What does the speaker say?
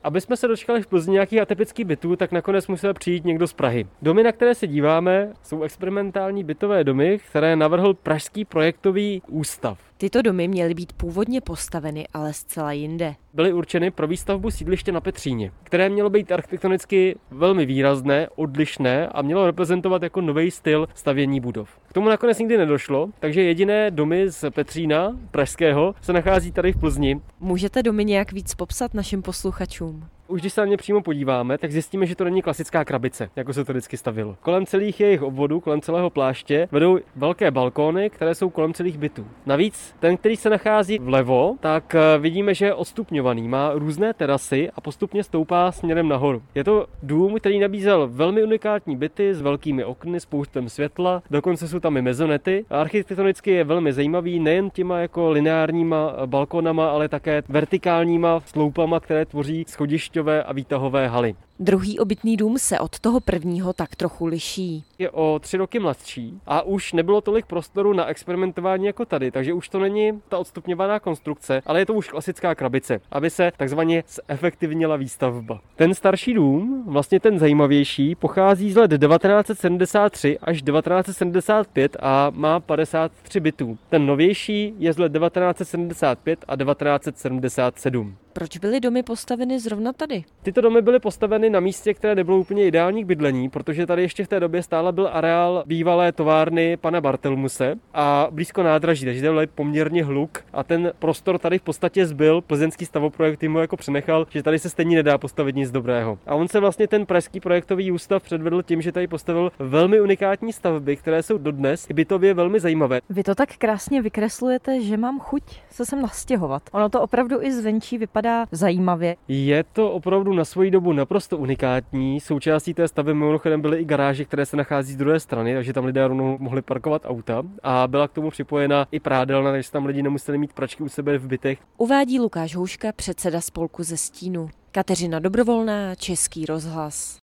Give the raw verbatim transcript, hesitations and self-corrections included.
Aby jsme se dočkali v Plzni nějakých atypických bytů, tak nakonec musel přijít někdo z Prahy. Domy, na které se díváme, jsou experimentální bytové domy, které navrhl Pražský projektový ústav. Tyto domy měly být původně postaveny, ale zcela jinde. Byly určeny pro výstavbu sídliště na Petříně, které mělo být architektonicky velmi výrazné, odlišné a mělo reprezentovat jako nový styl stavění budov. K tomu nakonec nikdy nedošlo, takže jediné domy z Petřína pražského se nachází tady v Plzni. Můžete domy nějak víc popsat našim posluchačům? Už když se na ně přímo podíváme, tak zjistíme, že to není klasická krabice, jako se to vždycky stavilo. Kolem celých jejich obvodů, kolem celého pláště vedou velké balkóny, které jsou kolem celých bytů. Navíc ten, který se nachází vlevo, tak vidíme, že je odstupňovaný, má různé terasy a postupně stoupá směrem nahoru. Je to dům, který nabízel velmi unikátní byty s velkými okny, spoustem světla, dokonce jsou tam i mezonety. A architektonicky je velmi zajímavý nejen těma jako lineárníma balkonama, ale také vertikálníma sloupama, které tvoří schodišťové a výtahové haly. Druhý obytný dům se od toho prvního tak trochu liší. Je o tři roky mladší a už nebylo tolik prostoru na experimentování jako tady, takže už to není ta odstupňovaná konstrukce, ale je to už klasická krabice, aby se takzvaně zefektivnila výstavba. Ten starší dům, vlastně ten zajímavější, pochází z let devatenáct set sedmdesát tři až devatenáct set sedmdesát pět a má padesát tři bytů. Ten novější je z let devatenáct set sedmdesát pět a devatenáct set sedmdesát sedm. Proč byly domy postaveny zrovna tady? Tyto domy byly postaveny na místě, které nebylo úplně ideální k bydlení, protože tady ještě v té době stále byl areál bývalé továrny pana Bartelmuse a blízko nádraží, takže byl poměrně hluk a ten prostor tady v podstatě zbyl, plzeňský stavoprojekt mu jako přenechal, že tady se stejně nedá postavit nic dobrého. A on se vlastně ten Pražský projektový ústav předvedl tím, že tady postavil velmi unikátní stavby, které jsou dodnes bytově velmi zajímavé. Vy to tak krásně vykreslujete, že mám chuť se sem nastěhovat. Ono to opravdu i zvenčí vypadá zajímavě. Je to opravdu na svoji dobu naprosto unikátní. Součástí té stavby mimochodem byly i garáže, které se nachází z druhé strany, takže tam lidé rovnou mohli parkovat auta a byla k tomu připojena i prádelna, takže tam lidi nemuseli mít pračky u sebe v bytech. Uvádí Lukáš Houška, předseda spolku Ze stínu. Kateřina Dobrovolná, Český rozhlas.